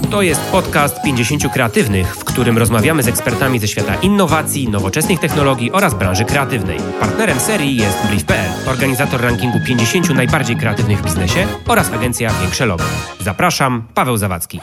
To jest podcast 50 Kreatywnych, w którym rozmawiamy z ekspertami ze świata innowacji, nowoczesnych technologii oraz branży kreatywnej. Partnerem serii jest Brief.pl, organizator rankingu 50 najbardziej kreatywnych w biznesie oraz agencja Większe Logo. Zapraszam, Paweł Zawadzki.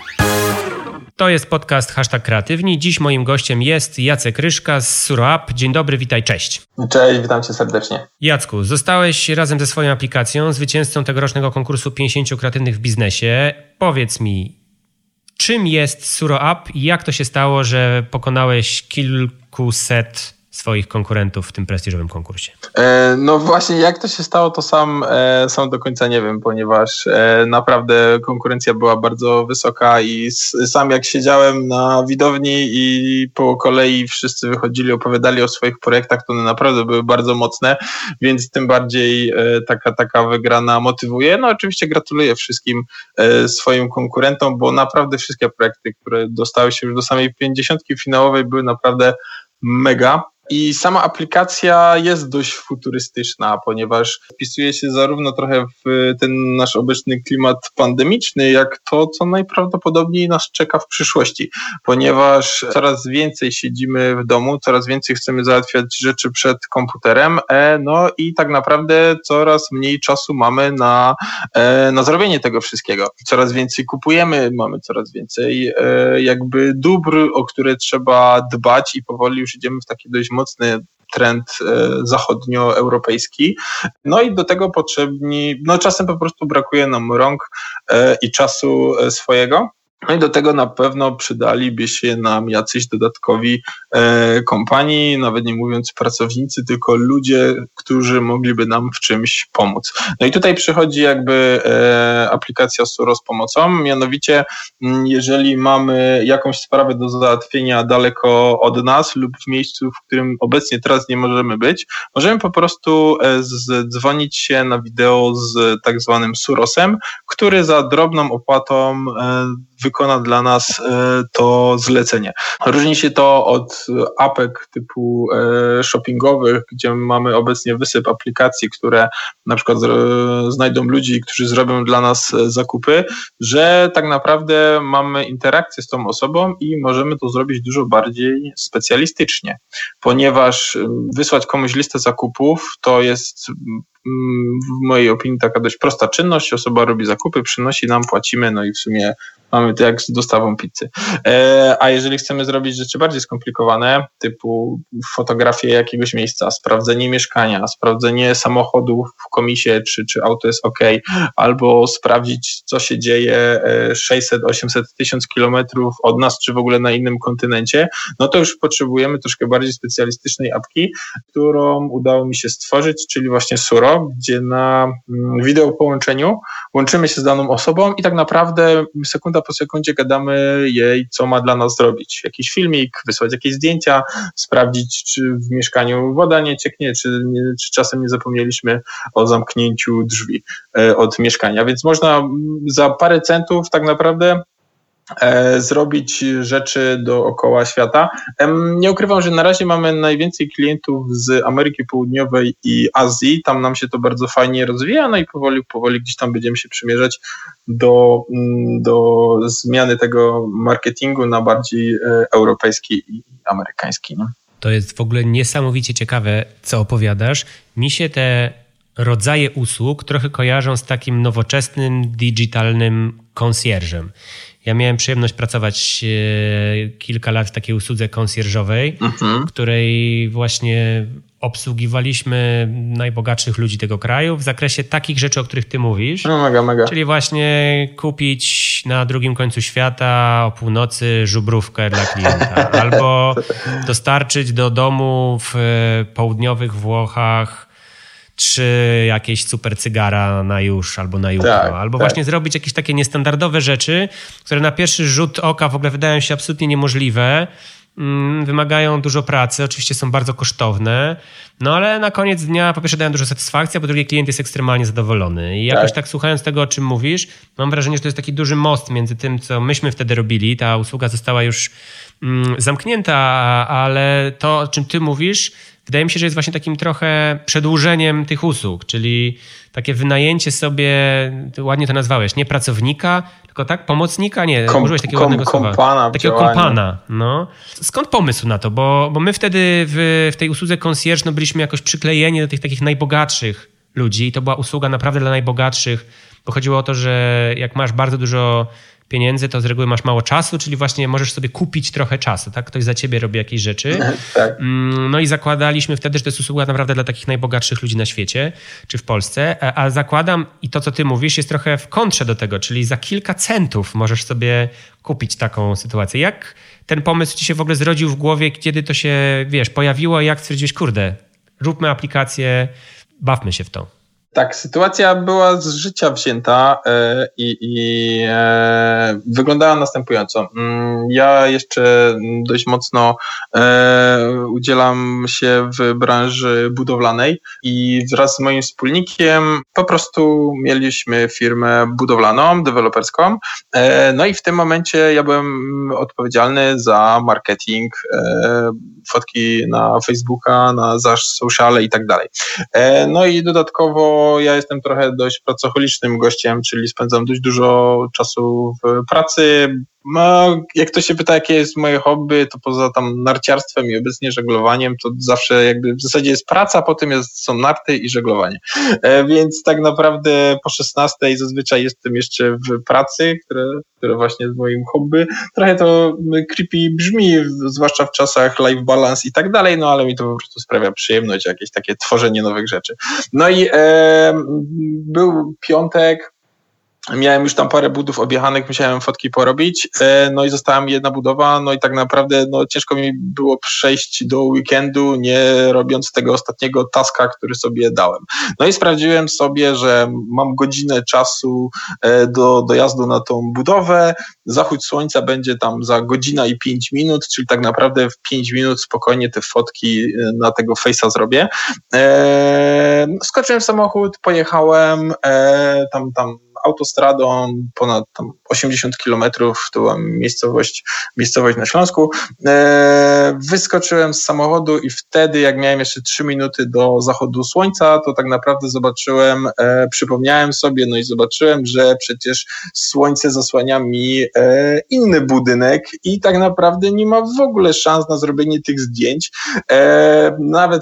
To jest podcast #Kreatywni. Dziś moim gościem jest Jacek Ryszka z SuroUp. Dzień dobry, witaj, cześć. Cześć, witam cię serdecznie. Jacku, zostałeś razem ze swoją aplikacją zwycięzcą tegorocznego konkursu 50 Kreatywnych w biznesie. Powiedz mi, czym jest SuroUp i jak to się stało, że pokonałeś kilkuset swoich konkurentów w tym prestiżowym konkursie? No właśnie, jak to się stało, to sam do końca nie wiem, ponieważ naprawdę konkurencja była bardzo wysoka i sam jak siedziałem na widowni i po kolei wszyscy wychodzili, opowiadali o swoich projektach, to one naprawdę były bardzo mocne, więc tym bardziej taka wygrana motywuje. No oczywiście gratuluję wszystkim swoim konkurentom, bo naprawdę wszystkie projekty, które dostały się już do samej 50 finałowej, były naprawdę mega. I sama aplikacja jest dość futurystyczna, ponieważ wpisuje się zarówno trochę w ten nasz obecny klimat pandemiczny, jak to, co najprawdopodobniej nas czeka w przyszłości, ponieważ coraz więcej siedzimy w domu, coraz więcej chcemy załatwiać rzeczy przed komputerem, no i tak naprawdę coraz mniej czasu mamy na zrobienie tego wszystkiego. Coraz więcej kupujemy, mamy coraz więcej jakby dóbr, o które trzeba dbać i powoli już idziemy w taki dość mocny trend zachodnioeuropejski. No i do tego potrzebni, no czasem po prostu brakuje nam rąk i czasu swojego. No i do tego na pewno przydaliby się nam jacyś dodatkowi kompanii, nawet nie mówiąc pracownicy, tylko ludzie, którzy mogliby nam w czymś pomóc. No i tutaj przychodzi jakby aplikacja Suro z pomocą, mianowicie jeżeli mamy jakąś sprawę do załatwienia daleko od nas lub w miejscu, w którym obecnie teraz nie możemy być, możemy po prostu dzwonić się na wideo z tak zwanym Surosem, który za drobną opłatą wykona dla nas to zlecenie. Różni się to od apek typu shoppingowych, gdzie mamy obecnie wysyp aplikacji, które na przykład znajdą ludzi, którzy zrobią dla nas zakupy, że tak naprawdę mamy interakcję z tą osobą i możemy to zrobić dużo bardziej specjalistycznie, ponieważ wysłać komuś listę zakupów to jest w mojej opinii taka dość prosta czynność. Osoba robi zakupy, przynosi nam, płacimy, no i w sumie mamy to jak z dostawą pizzy. A jeżeli chcemy zrobić rzeczy bardziej skomplikowane, typu fotografię jakiegoś miejsca, sprawdzenie mieszkania, sprawdzenie samochodu w komisie, czy auto jest ok, albo sprawdzić, co się dzieje 600, 800, 1000 kilometrów od nas, czy w ogóle na innym kontynencie, no to już potrzebujemy troszkę bardziej specjalistycznej apki, którą udało mi się stworzyć, czyli właśnie Suro, gdzie na wideo połączeniu łączymy się z daną osobą i tak naprawdę sekunda po sekundzie gadamy jej, co ma dla nas zrobić. Jakiś filmik, wysłać jakieś zdjęcia, sprawdzić, czy w mieszkaniu woda nie cieknie, czy czasem nie zapomnieliśmy o zamknięciu drzwi od mieszkania. Więc można za parę centów tak naprawdę zrobić rzeczy dookoła świata. Nie ukrywam, że na razie mamy najwięcej klientów z Ameryki Południowej i Azji. Tam nam się to bardzo fajnie rozwija, no i powoli gdzieś tam będziemy się przymierzać do zmiany tego marketingu na bardziej europejski i amerykański. Nie? To jest w ogóle niesamowicie ciekawe, co opowiadasz. Mi się te rodzaje usług trochę kojarzą z takim nowoczesnym, digitalnym concierge'em. Ja miałem przyjemność pracować kilka lat w takiej usłudze concierge'owej, w której właśnie obsługiwaliśmy najbogatszych ludzi tego kraju w zakresie takich rzeczy, o których ty mówisz. No mega. Czyli właśnie kupić na drugim końcu świata o północy żubrówkę dla klienta albo dostarczyć do domu w południowych Włochach czy jakieś super cygara na już albo na jutro. Albo właśnie zrobić jakieś takie niestandardowe rzeczy, które na pierwszy rzut oka w ogóle wydają się absolutnie niemożliwe, wymagają dużo pracy, oczywiście są bardzo kosztowne, no ale na koniec dnia po pierwsze dają dużo satysfakcji, a po drugie klient jest ekstremalnie zadowolony. I jakoś tak słuchając tego, o czym mówisz, mam wrażenie, że to jest taki duży most między tym, co myśmy wtedy robili. Ta usługa została już zamknięta, ale to, o czym ty mówisz, wydaje mi się, że jest właśnie takim trochę przedłużeniem tych usług, czyli takie wynajęcie sobie, ty ładnie to nazwałeś, nie pracownika, tylko tak, pomocnika, nie, użyłeś takiego ładnego słowa. Takiego kompana, no. Skąd pomysł na to? Bo my wtedy w tej usłudze concierge byliśmy jakoś przyklejeni do tych takich najbogatszych ludzi i to była usługa naprawdę dla najbogatszych, bo chodziło o to, że jak masz bardzo dużo pieniędzy, to z reguły masz mało czasu, czyli właśnie możesz sobie kupić trochę czasu, tak? Ktoś za ciebie robi jakieś rzeczy. Tak. No i zakładaliśmy wtedy, że to jest usługa naprawdę dla takich najbogatszych ludzi na świecie, czy w Polsce, a zakładam i to, co ty mówisz, jest trochę w kontrze do tego, czyli za kilka centów możesz sobie kupić taką sytuację. Jak ten pomysł ci się w ogóle zrodził w głowie, kiedy to się, pojawiło i jak stwierdziłeś, kurde, róbmy aplikację, bawmy się w to. Tak, sytuacja była z życia wzięta i wyglądała następująco. Ja jeszcze dość mocno udzielam się w branży budowlanej i wraz z moim wspólnikiem po prostu mieliśmy firmę budowlaną, deweloperską. No i w tym momencie ja byłem odpowiedzialny za marketing, fotki na Facebooka, za sociale i tak dalej. No i dodatkowo ja jestem trochę dość pracocholicznym gościem, czyli spędzam dość dużo czasu w pracy. No, jak ktoś się pyta, jakie jest moje hobby, to poza tam narciarstwem i obecnie żeglowaniem, to zawsze jakby w zasadzie jest praca, potem są narty i żeglowanie. Więc tak naprawdę po 16 zazwyczaj jestem jeszcze w pracy, które właśnie jest moim hobby. Trochę to creepy brzmi, zwłaszcza w czasach life balance i tak dalej, no ale mi to po prostu sprawia przyjemność, jakieś takie tworzenie nowych rzeczy. No i był piątek, miałem już tam parę budów objechanych, musiałem fotki porobić, no i została mi jedna budowa, no i tak naprawdę ciężko mi było przejść do weekendu, nie robiąc tego ostatniego taska, który sobie dałem. No i sprawdziłem sobie, że mam godzinę czasu do dojazdu na tą budowę, zachód słońca będzie tam za godzinę i 5 minut, czyli tak naprawdę w 5 minut spokojnie te fotki na tego face'a zrobię. Skoczyłem w samochód, pojechałem tam autostradą ponad tam 80 kilometrów, to była miejscowość na Śląsku. Wyskoczyłem z samochodu i wtedy, jak miałem jeszcze 3 minuty do zachodu słońca, to tak naprawdę przypomniałem sobie, no i zobaczyłem, że przecież słońce zasłania mi inny budynek i tak naprawdę nie ma w ogóle szans na zrobienie tych zdjęć. Nawet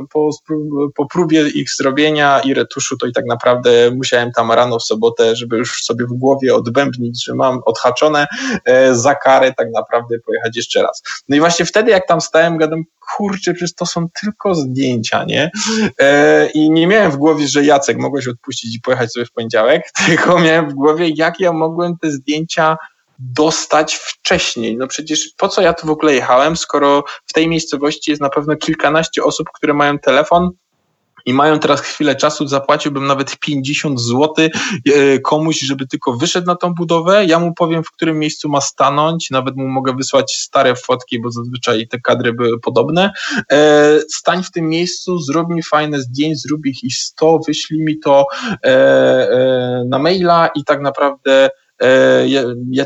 po próbie ich zrobienia i retuszu, to i tak naprawdę musiałem tam rano w sobotę, żeby już sobie w głowie odbębnić, że mam odhaczone, za karę tak naprawdę pojechać jeszcze raz. No i właśnie wtedy, jak tam stałem, gadam, kurczę, przecież to są tylko zdjęcia, nie? I nie miałem w głowie, że Jacek, mogłeś odpuścić i pojechać sobie w poniedziałek, tylko miałem w głowie, jak ja mogłem te zdjęcia dostać wcześniej. No przecież po co ja tu w ogóle jechałem, skoro w tej miejscowości jest na pewno kilkanaście osób, które mają telefon i mają teraz chwilę czasu, zapłaciłbym nawet 50 zł komuś, żeby tylko wyszedł na tą budowę, ja mu powiem, w którym miejscu ma stanąć, nawet mu mogę wysłać stare fotki, bo zazwyczaj te kadry były podobne. Stań w tym miejscu, zrób mi fajne zdjęć, zrób ich 100, wyślij mi to na maila i tak naprawdę ja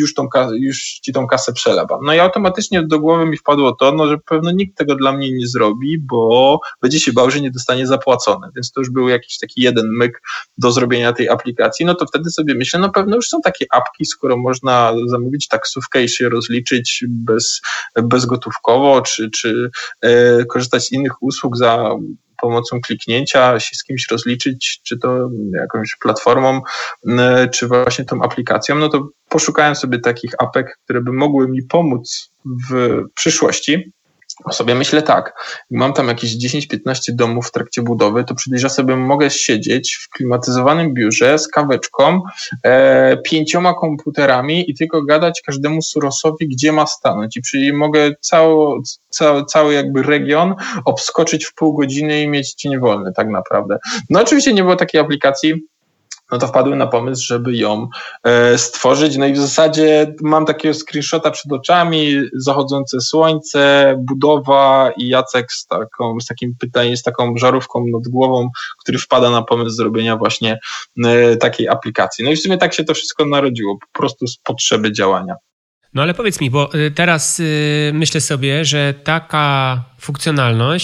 ci tą kasę przelewam. No i automatycznie do głowy mi wpadło to, że pewno nikt tego dla mnie nie zrobi, bo będzie się bał, że nie dostanie zapłacone. Więc to już był jakiś taki jeden myk do zrobienia tej aplikacji. No to wtedy sobie myślę, pewno już są takie apki, skoro można zamówić taksówkę i się rozliczyć bezgotówkowo, czy korzystać z innych usług za pomocą kliknięcia się z kimś rozliczyć, czy to jakąś platformą, czy właśnie tą aplikacją, no to poszukałem sobie takich apek, które by mogły mi pomóc w przyszłości. Sobie myślę tak, mam tam jakieś 10-15 domów w trakcie budowy, to przecież ja sobie mogę siedzieć w klimatyzowanym biurze z kaweczką, 5 komputerami i tylko gadać każdemu surosowi, gdzie ma stanąć. I mogę cały jakby region obskoczyć w pół godziny i mieć dzień wolny tak naprawdę. No oczywiście nie było takiej aplikacji, no to wpadłem na pomysł, żeby ją stworzyć. No i w zasadzie mam takiego screenshota przed oczami, zachodzące słońce, budowa i Jacek z takim pytaniem, z taką żarówką nad głową, który wpada na pomysł zrobienia właśnie takiej aplikacji. No i w sumie tak się to wszystko narodziło, po prostu z potrzeby działania. No ale powiedz mi, bo teraz myślę sobie, że taka funkcjonalność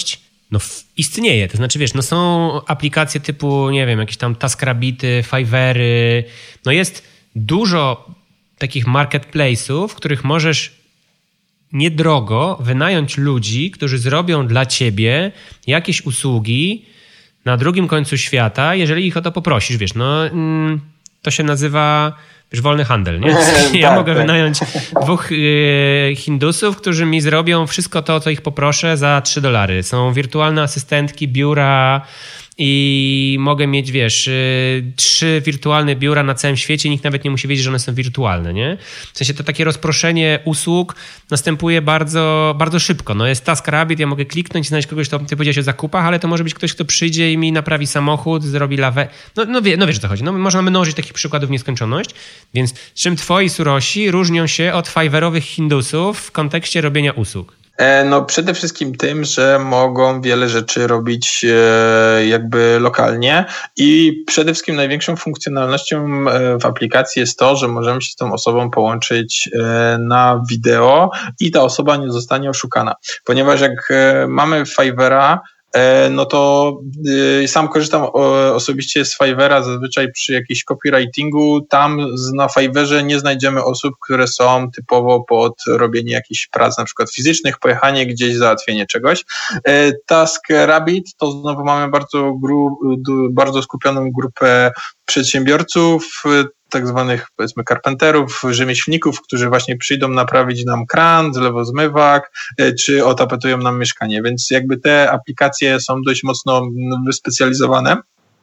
No istnieje, to znaczy wiesz, no są aplikacje typu, nie wiem, jakieś tam TaskRabbity, Fiverry, no jest dużo takich marketplace'ów, w których możesz niedrogo wynająć ludzi, którzy zrobią dla ciebie jakieś usługi na drugim końcu świata, jeżeli ich o to poprosisz, wiesz, no to się nazywa, wiesz, wolny handel, nie? Ja mogę wynająć 2 Hindusów, którzy mi zrobią wszystko to, o co ich poproszę za $3. Są wirtualne asystentki, biura i mogę mieć, wiesz, 3 wirtualne biura na całym świecie, nikt nawet nie musi wiedzieć, że one są wirtualne, nie? W sensie to takie rozproszenie usług następuje bardzo, bardzo szybko. No jest TaskRabbit, ja mogę kliknąć i znaleźć kogoś, kto ty powiedziałeś o zakupach, ale to może być ktoś, kto przyjdzie i mi naprawi samochód, zrobi lawę. No wiesz, o co chodzi. No, można mnożyć takich przykładów w nieskończoność, więc czym twoi Surosi różnią się od Fiverrowych Hindusów w kontekście robienia usług? No przede wszystkim tym, że mogą wiele rzeczy robić jakby lokalnie i przede wszystkim największą funkcjonalnością w aplikacji jest to, że możemy się z tą osobą połączyć na wideo i ta osoba nie zostanie oszukana. Ponieważ jak mamy Fivera, no to sam korzystam osobiście z Fivera, zazwyczaj przy jakimś copywritingu, tam na Fiverze nie znajdziemy osób, które są typowo pod robienie jakichś prac, na przykład fizycznych, pojechanie gdzieś, załatwienie czegoś. TaskRabbit to znowu mamy bardzo skupioną grupę przedsiębiorców, tak zwanych, powiedzmy, karpenterów, rzemieślników, którzy właśnie przyjdą naprawić nam kran, zlewozmywak, czy otapetują nam mieszkanie, więc jakby te aplikacje są dość mocno wyspecjalizowane.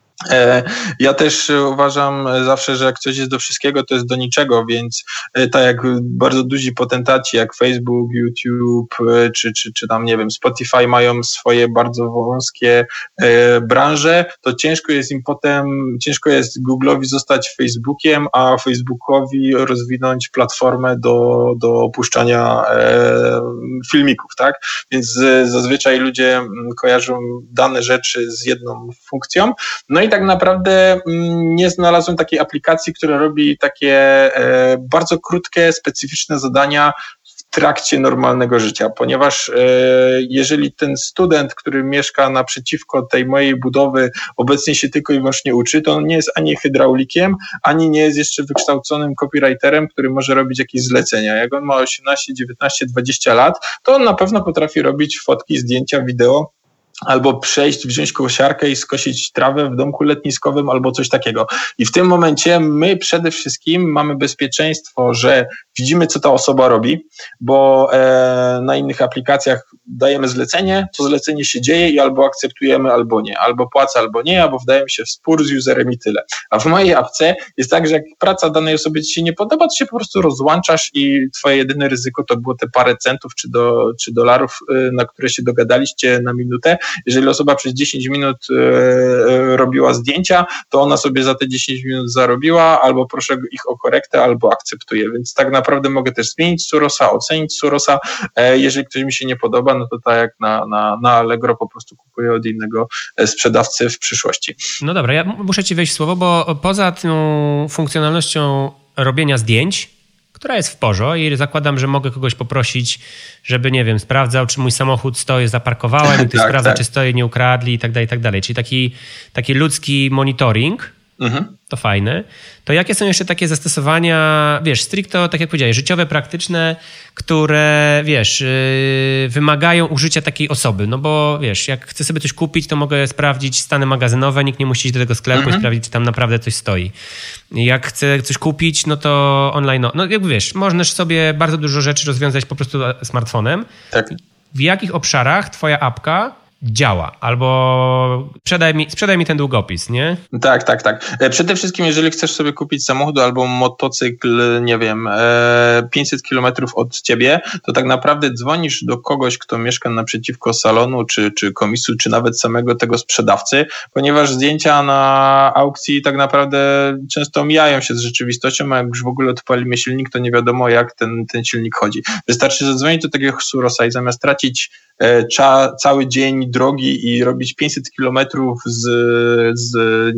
Ja też uważam zawsze, że jak coś jest do wszystkiego, to jest do niczego, więc tak jak bardzo duzi potentaci jak Facebook, YouTube czy tam, nie wiem, Spotify mają swoje bardzo wąskie branże, to ciężko jest Google'owi zostać Facebookiem, a Facebookowi rozwinąć platformę do opuszczania filmików, tak? Więc zazwyczaj ludzie kojarzą dane rzeczy z jedną funkcją. No i tak naprawdę nie znalazłem takiej aplikacji, która robi takie bardzo krótkie, specyficzne zadania w trakcie normalnego życia, ponieważ jeżeli ten student, który mieszka naprzeciwko tej mojej budowy, obecnie się tylko i wyłącznie uczy, to on nie jest ani hydraulikiem, ani nie jest jeszcze wykształconym copywriterem, który może robić jakieś zlecenia. Jak on ma 18, 19, 20 lat, to on na pewno potrafi robić fotki, zdjęcia, wideo, albo wziąć kosiarkę i skosić trawę w domku letniskowym albo coś takiego. I w tym momencie my przede wszystkim mamy bezpieczeństwo, że widzimy, co ta osoba robi, bo na innych aplikacjach dajemy zlecenie, to zlecenie się dzieje i albo akceptujemy, albo nie, albo płacę, albo nie, albo wdajemy się w spór z userem i tyle. A w mojej apce jest tak, że jak praca danej osobie ci się nie podoba, to się po prostu rozłączasz i twoje jedyne ryzyko to było te parę centów czy dolarów, na które się dogadaliście na minutę. Jeżeli osoba przez 10 minut robiła zdjęcia, to ona sobie za te 10 minut zarobiła, albo proszę ich o korektę, albo akceptuje. Więc tak naprawdę mogę też zmienić Surosa, ocenić Surosa. Jeżeli ktoś mi się nie podoba, no to tak jak na Allegro po prostu kupuję od innego sprzedawcy w przyszłości. No dobra, ja muszę ci wejść w słowo, bo poza tą funkcjonalnością robienia zdjęć, która jest w porządku i zakładam, że mogę kogoś poprosić, żeby, nie wiem, sprawdzał, czy mój samochód stoi, zaparkowałem i ktoś sprawdza, czy stoi, nie ukradli i tak dalej, i tak dalej. Czyli taki ludzki monitoring, to fajne. To jakie są jeszcze takie zastosowania, wiesz, stricte, tak jak powiedziałeś, życiowe, praktyczne, które, wiesz, wymagają użycia takiej osoby, no bo, wiesz, jak chcę sobie coś kupić, to mogę sprawdzić stany magazynowe, nikt nie musi iść do tego sklepu i sprawdzić, czy tam naprawdę coś stoi. Jak chcę coś kupić, no to online, no jakby wiesz, możesz sobie bardzo dużo rzeczy rozwiązać po prostu smartfonem. Tak. W jakich obszarach twoja apka działa, albo sprzedaj mi ten długopis, nie? Tak. Przede wszystkim, jeżeli chcesz sobie kupić samochód albo motocykl, nie wiem, 500 kilometrów od ciebie, to tak naprawdę dzwonisz do kogoś, kto mieszka naprzeciwko salonu, czy komisu, czy nawet samego tego sprzedawcy, ponieważ zdjęcia na aukcji tak naprawdę często mijają się z rzeczywistością, a jak już w ogóle odpalimy silnik, to nie wiadomo, jak ten silnik chodzi. Wystarczy zadzwonić do takiego Surosa i zamiast tracić cały dzień drogi i robić 500 kilometrów z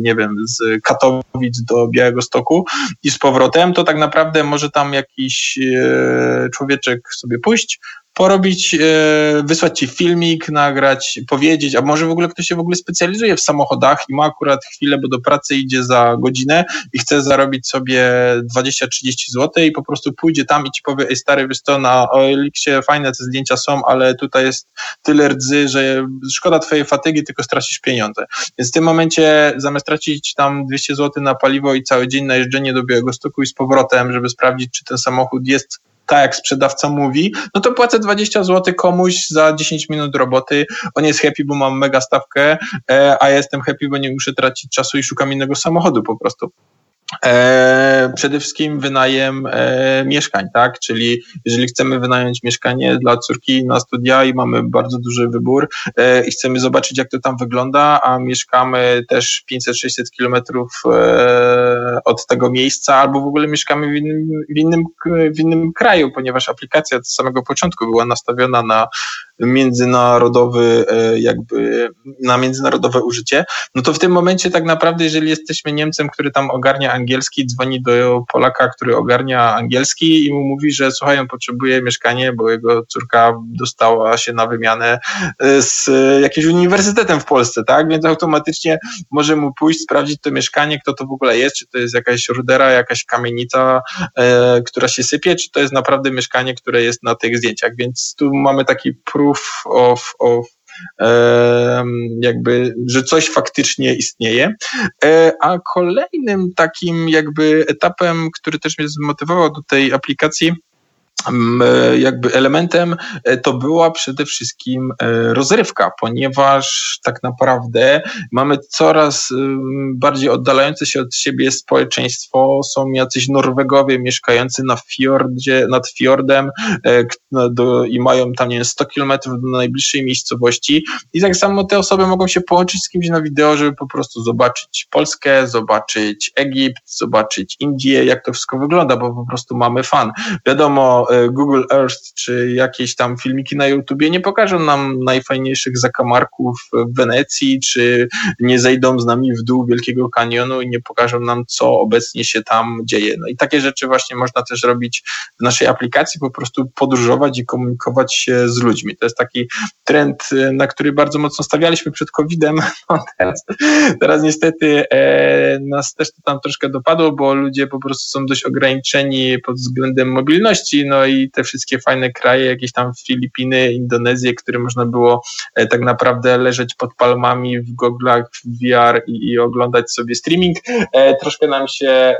Katowic do Białegostoku i z powrotem, to tak naprawdę może tam jakiś człowieczek sobie pójść, porobić, wysłać ci filmik, nagrać, powiedzieć, a może w ogóle ktoś się w ogóle specjalizuje w samochodach i ma akurat chwilę, bo do pracy idzie za godzinę i chce zarobić sobie 20-30 zł i po prostu pójdzie tam i ci powie, ej stary, wiesz co, na OLX-ie fajne te zdjęcia są, ale tutaj jest tyle rdzy, że szkoda twojej fatygi, tylko stracisz pieniądze. Więc w tym momencie zamiast tracić tam 200 zł na paliwo i cały dzień na jeżdżenie do Białegostoku i z powrotem, żeby sprawdzić, czy ten samochód jest tak jak sprzedawca mówi, no to płacę 20 zł komuś za 10 minut roboty, on jest happy, bo mam mega stawkę, a ja jestem happy, bo nie muszę tracić czasu i szukam innego samochodu po prostu. Przede wszystkim wynajem mieszkań, tak? Czyli jeżeli chcemy wynająć mieszkanie dla córki na studia i mamy bardzo duży wybór i chcemy zobaczyć, jak to tam wygląda, a mieszkamy też 500-600 kilometrów od tego miejsca, albo w ogóle mieszkamy w innym kraju, ponieważ aplikacja od samego początku była nastawiona na międzynarodowe użycie, no to w tym momencie tak naprawdę, jeżeli jesteśmy Niemcem, który tam ogarnia angielski, dzwoni do Polaka, który ogarnia angielski i mu mówi, że słuchaj, on potrzebuje mieszkanie, bo jego córka dostała się na wymianę z jakimś uniwersytetem w Polsce, tak? Więc automatycznie może mu pójść, sprawdzić to mieszkanie, kto to w ogóle jest, czy to jest jakaś rudera, jakaś kamienica, która się sypie, czy to jest naprawdę mieszkanie, które jest na tych zdjęciach. Więc tu mamy taki proof of jakby, że coś faktycznie istnieje. A kolejnym takim jakby etapem, który też mnie zmotywował do tej aplikacji, jakby elementem, to była przede wszystkim rozrywka, ponieważ tak naprawdę mamy coraz bardziej oddalające się od siebie społeczeństwo, są jacyś Norwegowie mieszkający na fiordzie, nad fiordem i mają tam, nie wiem, 100 kilometrów do najbliższej miejscowości i tak samo te osoby mogą się połączyć z kimś na wideo, żeby po prostu zobaczyć Polskę, zobaczyć Egipt, zobaczyć Indię, jak to wszystko wygląda, bo po prostu mamy fan. Wiadomo, Google Earth czy jakieś tam filmiki na YouTubie nie pokażą nam najfajniejszych zakamarków w Wenecji, czy nie zejdą z nami w dół Wielkiego Kanionu i nie pokażą nam, co obecnie się tam dzieje. No i takie rzeczy właśnie można też robić w naszej aplikacji, po prostu podróżować i komunikować się z ludźmi. To jest taki trend, na który bardzo mocno stawialiśmy przed COVID-em. No teraz niestety nas też to tam troszkę dopadło, bo ludzie po prostu są dość ograniczeni pod względem mobilności, no i te wszystkie fajne kraje, jakieś tam Filipiny, Indonezję, które można było tak naprawdę leżeć pod palmami w goglach, w VR i oglądać sobie streaming, troszkę nam się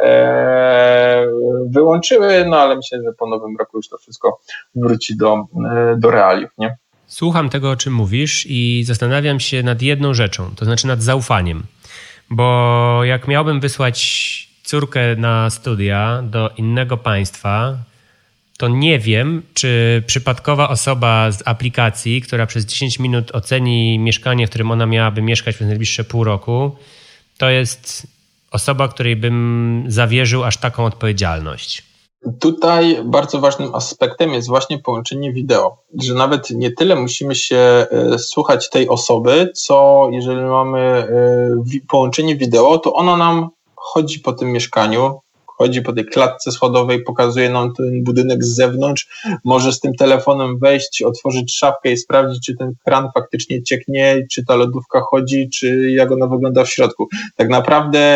wyłączyły, no ale myślę, że po nowym roku już to wszystko wróci do realiów, nie? Słucham tego, o czym mówisz i zastanawiam się nad jedną rzeczą, to znaczy nad zaufaniem, bo jak miałbym wysłać córkę na studia do innego państwa, to nie wiem, czy przypadkowa osoba z aplikacji, która przez 10 minut oceni mieszkanie, w którym ona miałaby mieszkać przez najbliższe pół roku, to jest osoba, której bym zawierzył aż taką odpowiedzialność. Tutaj bardzo ważnym aspektem jest właśnie połączenie wideo, że nawet nie tyle musimy się słuchać tej osoby, co jeżeli mamy połączenie wideo, to ono nam chodzi po tym mieszkaniu, chodzi po tej klatce schodowej, pokazuje nam ten budynek z zewnątrz, może z tym telefonem wejść, otworzyć szafkę i sprawdzić, czy ten kran faktycznie cieknie, czy ta lodówka chodzi, czy jak ona wygląda w środku. Tak naprawdę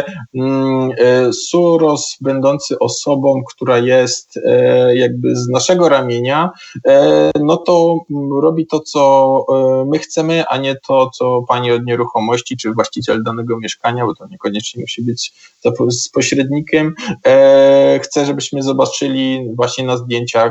Suros, będący osobą, która jest jakby z naszego ramienia, no to robi to, co my chcemy, a nie to, co pani od nieruchomości, czy właściciel danego mieszkania, bo to niekoniecznie musi być z pośrednikiem, chcę, żebyśmy zobaczyli właśnie na zdjęciach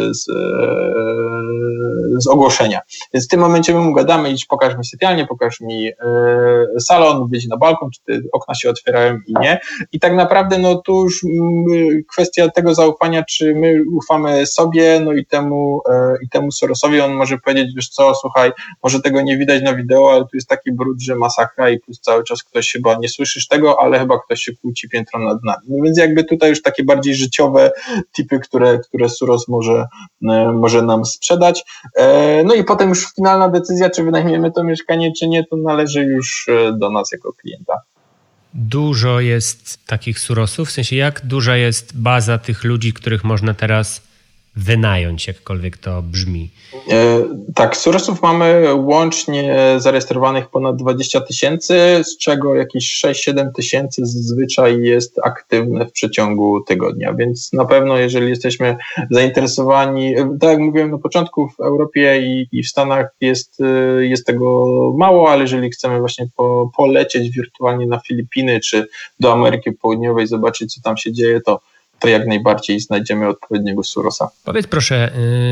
z ogłoszenia. Więc w tym momencie my mu gadamy, idź pokaż mi sypialnię, pokaż mi salon, wyjdź na balkon, czy te okna się otwierają i nie. I tak naprawdę no tu już kwestia tego zaufania, czy my ufamy sobie, no i temu Sorosowi, on może powiedzieć, wiesz co, słuchaj, może tego nie widać na wideo, ale tu jest taki brud, że masakra i plus cały czas ktoś chyba nie słyszysz tego, ale chyba ktoś się kłóci piętro nad nami. No więc jakby tutaj już takie bardziej życiowe tipy, które Suros może nam sprzedać. No i potem już finalna decyzja, czy wynajmiemy to mieszkanie, czy nie, to należy już do nas jako klienta. Dużo jest takich Surosów? W sensie jak duża jest baza tych ludzi, których można teraz wynająć, jakkolwiek to brzmi? Tak, surowców mamy łącznie zarejestrowanych ponad 20 000, z czego jakieś 6-7 tysięcy zazwyczaj jest aktywne w przeciągu tygodnia, więc na pewno jeżeli jesteśmy zainteresowani, tak jak mówiłem na początku, w Europie i w Stanach jest tego mało, ale jeżeli chcemy właśnie polecieć wirtualnie na Filipiny czy do Ameryki Południowej, zobaczyć co tam się dzieje, to jak najbardziej znajdziemy odpowiedniego surosa. Powiedz proszę,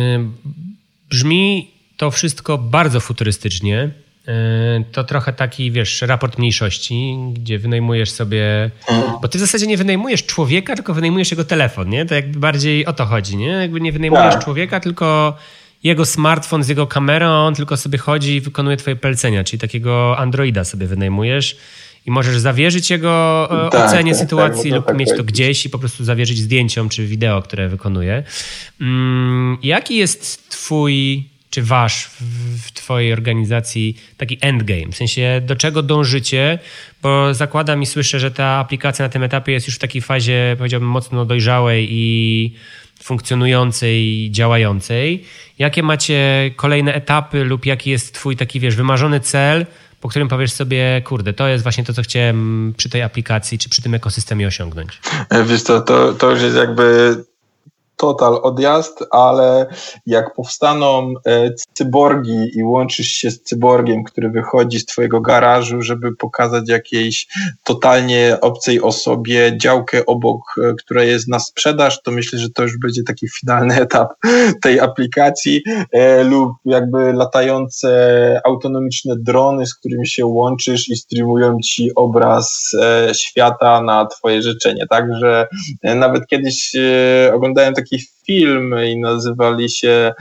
brzmi to wszystko bardzo futurystycznie. To trochę taki, wiesz, raport mniejszości, gdzie wynajmujesz sobie... Bo ty w zasadzie nie wynajmujesz człowieka, tylko wynajmujesz jego telefon, nie? To jakby bardziej o to chodzi, nie? Jakby nie wynajmujesz człowieka, tylko jego smartfon z jego kamerą, on tylko sobie chodzi i wykonuje twoje polecenia, czyli takiego androida sobie wynajmujesz i możesz zawierzyć jego ocenie sytuacji lub mieć to gdzieś i po prostu zawierzyć zdjęciom czy wideo, które wykonuje. Jaki jest twój, czy wasz w twojej organizacji taki endgame? W sensie do czego dążycie? Bo zakładam i słyszę, że ta aplikacja na tym etapie jest już w takiej fazie, powiedziałbym, mocno dojrzałej i funkcjonującej, działającej. Jakie macie kolejne etapy lub jaki jest twój taki, wiesz, wymarzony cel, po którym powiesz sobie, kurde, to jest właśnie to, co chciałem przy tej aplikacji czy przy tym ekosystemie osiągnąć? Wiesz co, to już jest jakby total odjazd, ale jak powstaną cyborgi i łączysz się z cyborgiem, który wychodzi z twojego garażu, żeby pokazać jakiejś totalnie obcej osobie działkę obok, która jest na sprzedaż, to myślę, że to już będzie taki finalny etap tej aplikacji lub jakby latające autonomiczne drony, z którymi się łączysz i streamują ci obraz świata na twoje życzenie. Także nawet kiedyś oglądałem taki film i nazywali się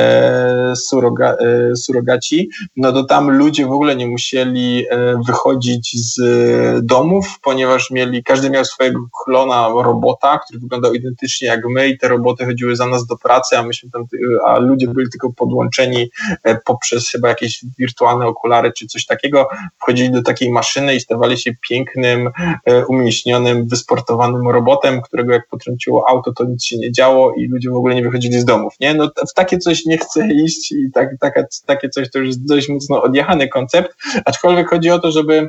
Surogaci, no to tam ludzie w ogóle nie musieli wychodzić z domów, ponieważ każdy miał swojego klona robota, który wyglądał identycznie jak my i te roboty chodziły za nas do pracy, a ludzie byli tylko podłączeni poprzez chyba jakieś wirtualne okulary czy coś takiego, wchodzili do takiej maszyny i stawali się pięknym, umieśnionym, wysportowanym robotem, którego jak potrąciło auto, to nic się nie działo i ludzie w ogóle nie wychodzili z domów, nie? No w takie coś nie chcę iść i takie coś to już jest dość mocno odjechany koncept, aczkolwiek chodzi o to, żeby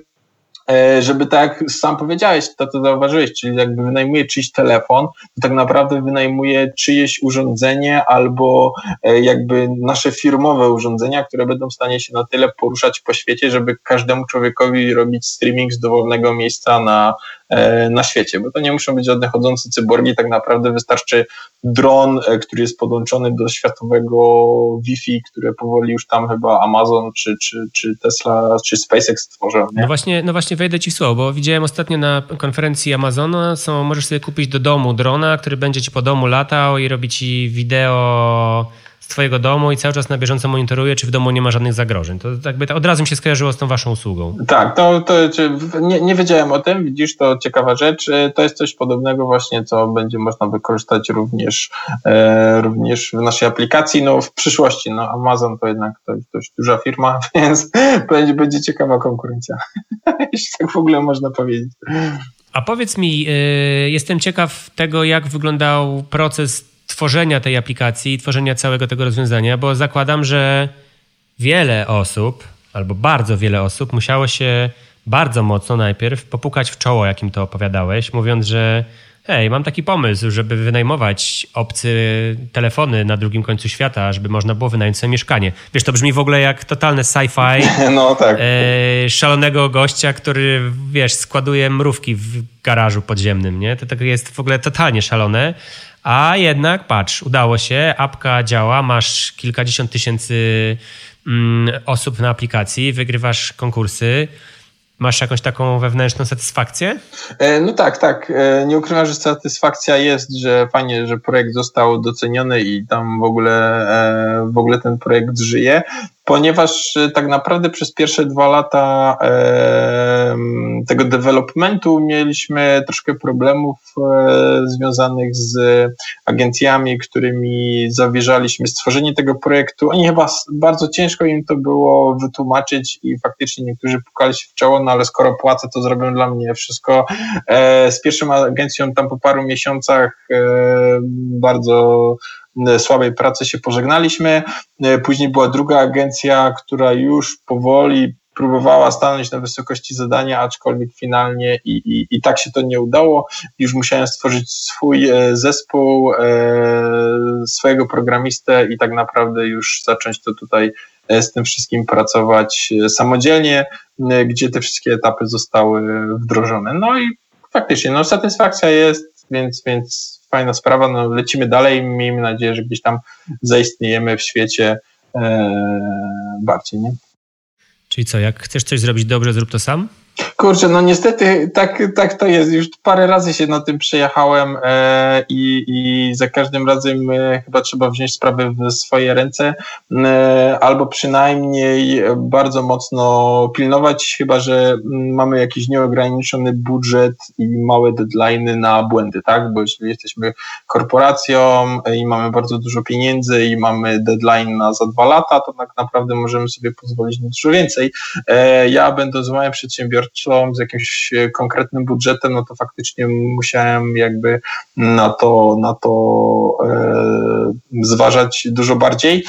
tak jak sam powiedziałeś, to zauważyłeś, czyli jakby wynajmuje czyjś telefon, to tak naprawdę wynajmuje czyjeś urządzenie albo jakby nasze firmowe urządzenia, które będą w stanie się na tyle poruszać po świecie, żeby każdemu człowiekowi robić streaming z dowolnego miejsca na świecie, bo to nie muszą być żadne chodzące cyborgi, tak naprawdę wystarczy dron, który jest podłączony do światowego Wi-Fi, które powoli już tam chyba Amazon czy Tesla czy SpaceX stworzą. Nie? No właśnie wejdę ci w słowo, bo widziałem ostatnio na konferencji Amazona, możesz sobie kupić do domu drona, który będzie ci po domu latał i robi ci wideo z twojego domu i cały czas na bieżąco monitoruje, czy w domu nie ma żadnych zagrożeń. To jakby od razu mi się skojarzyło z tą waszą usługą. Tak, nie wiedziałem o tym, widzisz, to ciekawa rzecz. To jest coś podobnego właśnie, co będzie można wykorzystać również w naszej aplikacji. No w przyszłości, Amazon to jednak to jest dość duża firma, więc będzie ciekawa konkurencja. Jeśli tak w ogóle można powiedzieć. A powiedz mi, jestem ciekaw tego, jak wyglądał proces tworzenia tej aplikacji i tworzenia całego tego rozwiązania, bo zakładam, że wiele osób, albo bardzo wiele osób musiało się bardzo mocno najpierw popukać w czoło, jakim to opowiadałeś, mówiąc, że hej, mam taki pomysł, żeby wynajmować obce telefony na drugim końcu świata, żeby można było wynająć sobie mieszkanie. Wiesz, to brzmi w ogóle jak totalne sci-fi no, tak. Szalonego gościa, który, wiesz, składuje mrówki w garażu podziemnym, nie? To tak jest w ogóle totalnie szalone. A jednak, patrz, udało się, apka działa, masz kilkadziesiąt tysięcy osób na aplikacji, wygrywasz konkursy. Masz jakąś taką wewnętrzną satysfakcję? No tak. Nie ukrywam, że satysfakcja jest, że fajnie, że projekt został doceniony i tam w ogóle ten projekt żyje, ponieważ tak naprawdę przez pierwsze 2 lata tego developmentu mieliśmy troszkę problemów związanych z agencjami, którymi zawierzaliśmy stworzenie tego projektu. Oni chyba bardzo ciężko im to było wytłumaczyć i faktycznie niektórzy pukali się w czoło, no ale skoro płacę, to zrobią dla mnie wszystko. Z pierwszą agencją tam po paru miesiącach bardzo słabej pracy się pożegnaliśmy. Później była druga agencja, która już powoli próbowała stanąć na wysokości zadania, aczkolwiek finalnie i tak się to nie udało. Już musiałem stworzyć swój zespół, swojego programistę i tak naprawdę już zacząć to tutaj z tym wszystkim pracować samodzielnie, gdzie te wszystkie etapy zostały wdrożone. No i faktycznie, satysfakcja jest, więc fajna sprawa, lecimy dalej, miejmy nadzieję, że gdzieś tam zaistniejemy w świecie bardziej, nie? Czyli co, jak chcesz coś zrobić dobrze, zrób to sam? Kurczę, niestety tak to jest. Już parę razy się na tym przejechałem i za każdym razem chyba trzeba wziąć sprawę w swoje ręce albo przynajmniej bardzo mocno pilnować, chyba że mamy jakiś nieograniczony budżet i małe deadline'y na błędy, tak? Bo jeśli jesteśmy korporacją i mamy bardzo dużo pieniędzy i mamy deadline za 2 lata, to tak naprawdę możemy sobie pozwolić na dużo więcej. Ja będąc małym przedsiębiorcą z jakimś konkretnym budżetem, to faktycznie musiałem jakby na to zważać dużo bardziej,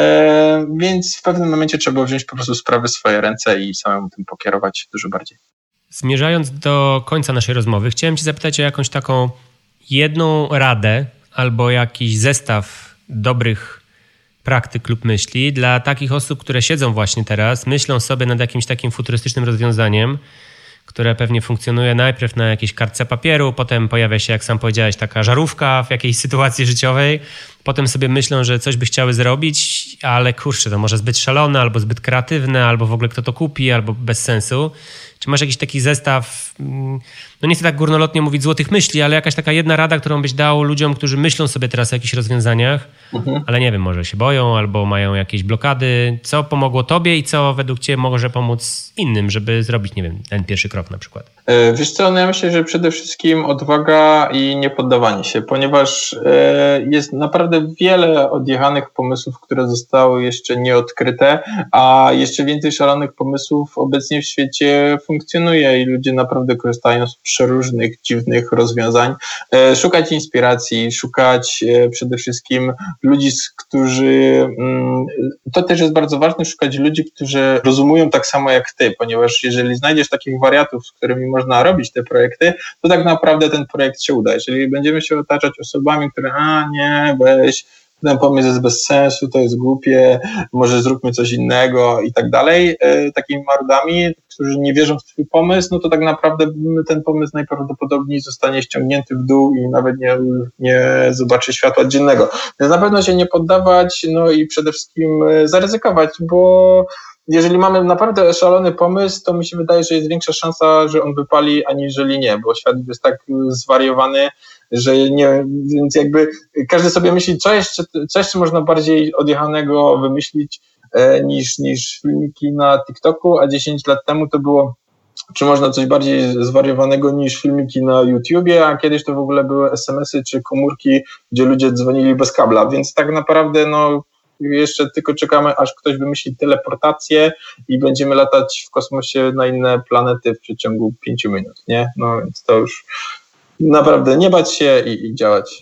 więc w pewnym momencie trzeba wziąć po prostu sprawy w swoje ręce i samemu tym pokierować dużo bardziej. Zmierzając do końca naszej rozmowy, chciałem Cię zapytać o jakąś taką jedną radę albo jakiś zestaw dobrych praktyk lub myśli dla takich osób, które siedzą właśnie teraz, myślą sobie nad jakimś takim futurystycznym rozwiązaniem, które pewnie funkcjonuje najpierw na jakiejś kartce papieru, potem pojawia się, jak sam powiedziałeś, taka żarówka w jakiejś sytuacji życiowej, potem sobie myślą, że coś by chciały zrobić, ale kurczę, to może zbyt szalone, albo zbyt kreatywne, albo w ogóle kto to kupi, albo bez sensu. Czy masz jakiś taki zestaw, nie chcę tak górnolotnie mówić złotych myśli, ale jakaś taka jedna rada, którą byś dał ludziom, którzy myślą sobie teraz o jakichś rozwiązaniach, ale nie wiem, może się boją albo mają jakieś blokady. Co pomogło tobie i co według ciebie może pomóc innym, żeby zrobić, nie wiem, ten pierwszy krok na przykład? Wiesz co, ja myślę, że przede wszystkim odwaga i niepoddawanie się, ponieważ jest naprawdę wiele odjechanych pomysłów, które zostały jeszcze nieodkryte, a jeszcze więcej szalonych pomysłów obecnie w świecie funkcjonuje i ludzie naprawdę korzystają z przeróżnych, dziwnych rozwiązań. Szukać inspiracji, szukać przede wszystkim ludzi, którzy, to też jest bardzo ważne, szukać ludzi, którzy rozumują tak samo jak ty, ponieważ jeżeli znajdziesz takich wariatów, z którymi można robić te projekty, to tak naprawdę ten projekt się uda. Jeżeli będziemy się otaczać osobami, które nie, weź, ten pomysł jest bez sensu, to jest głupie, może zróbmy coś innego i tak dalej, takimi marudami, którzy nie wierzą w twój pomysł, to tak naprawdę ten pomysł najprawdopodobniej zostanie ściągnięty w dół i nawet nie zobaczy światła dziennego. Więc na pewno się nie poddawać, i przede wszystkim zaryzykować, bo jeżeli mamy naprawdę szalony pomysł, to mi się wydaje, że jest większa szansa, że on wypali, aniżeli nie, bo świat jest tak zwariowany, że nie, więc jakby każdy sobie myśli, co jeszcze można bardziej odjechanego wymyślić niż filmiki na TikToku, a 10 lat temu to było, czy można coś bardziej zwariowanego niż filmiki na YouTubie, a kiedyś to w ogóle były SMS-y czy komórki, gdzie ludzie dzwonili bez kabla, więc tak naprawdę jeszcze tylko czekamy, aż ktoś wymyśli teleportację i będziemy latać w kosmosie na inne planety w przeciągu 5 minut, nie? Więc to już naprawdę nie bać się i działać.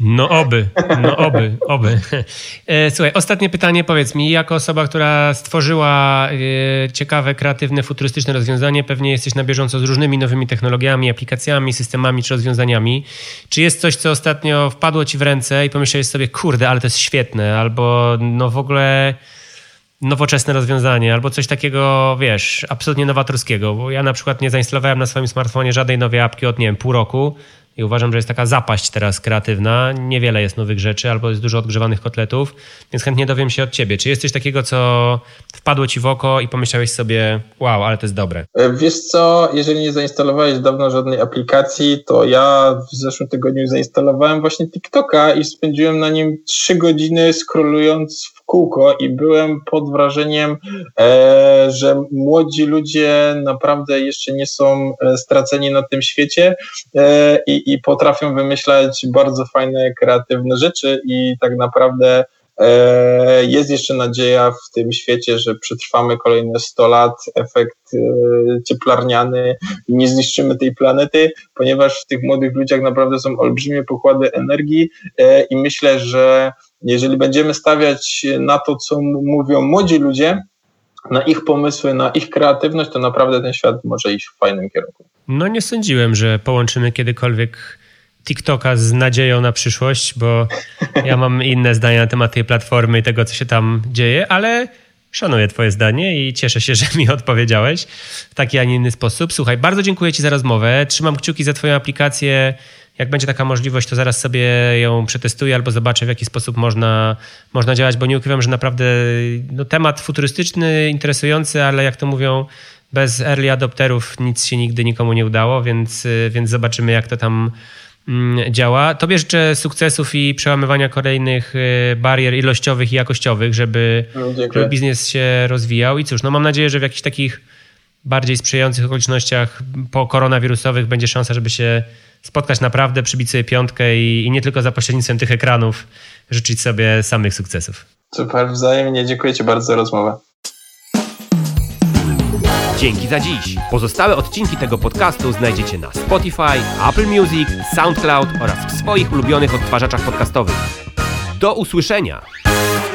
Oby. Słuchaj, ostatnie pytanie, powiedz mi, jako osoba, która stworzyła ciekawe, kreatywne, futurystyczne rozwiązanie, pewnie jesteś na bieżąco z różnymi nowymi technologiami, aplikacjami, systemami czy rozwiązaniami. Czy jest coś, co ostatnio wpadło ci w ręce i pomyślałeś sobie, kurde, ale to jest świetne, albo w ogóle nowoczesne rozwiązanie, albo coś takiego, wiesz, absolutnie nowatorskiego, bo ja na przykład nie zainstalowałem na swoim smartfonie żadnej nowej apki od, pół roku i uważam, że jest taka zapaść teraz kreatywna, niewiele jest nowych rzeczy, albo jest dużo odgrzewanych kotletów, więc chętnie dowiem się od ciebie. Czy jest coś takiego, co wpadło ci w oko i pomyślałeś sobie, wow, ale to jest dobre? Wiesz co, jeżeli nie zainstalowałeś dawno żadnej aplikacji, to ja w zeszłym tygodniu zainstalowałem właśnie TikToka i spędziłem na nim 3 godziny scrollując w kółko i byłem pod wrażeniem, że młodzi ludzie naprawdę jeszcze nie są straceni na tym świecie i potrafią wymyślać bardzo fajne, kreatywne rzeczy i tak naprawdę jest jeszcze nadzieja w tym świecie, że przetrwamy kolejne 100 lat, efekt cieplarniany i nie zniszczymy tej planety, ponieważ w tych młodych ludziach naprawdę są olbrzymie pokłady energii i myślę, że Jeżeli będziemy stawiać na to, co mówią młodzi ludzie, na ich pomysły, na ich kreatywność, to naprawdę ten świat może iść w fajnym kierunku. No nie sądziłem, że połączymy kiedykolwiek TikToka z nadzieją na przyszłość, bo ja mam inne zdania na temat tej platformy i tego, co się tam dzieje, ale szanuję twoje zdanie i cieszę się, że mi odpowiedziałeś w taki, a nie inny sposób. Słuchaj, bardzo dziękuję ci za rozmowę. Trzymam kciuki za twoją aplikację. Jak będzie taka możliwość, to zaraz sobie ją przetestuję albo zobaczę, w jaki sposób można działać, bo nie ukrywam, że naprawdę temat futurystyczny, interesujący, ale jak to mówią, bez early adopterów nic się nigdy nikomu nie udało, więc zobaczymy, jak to tam działa. Tobie życzę sukcesów i przełamywania kolejnych barier ilościowych i jakościowych, żeby biznes się rozwijał. I cóż, mam nadzieję, że w jakichś takich bardziej sprzyjających okolicznościach po-koronawirusowych będzie szansa, żeby się spotkać naprawdę, przybić sobie piątkę i nie tylko za pośrednictwem tych ekranów życzyć sobie samych sukcesów. Super, wzajemnie. Dziękuję ci bardzo za rozmowę. Dzięki za dziś. Pozostałe odcinki tego podcastu znajdziecie na Spotify, Apple Music, SoundCloud oraz w swoich ulubionych odtwarzaczach podcastowych. Do usłyszenia!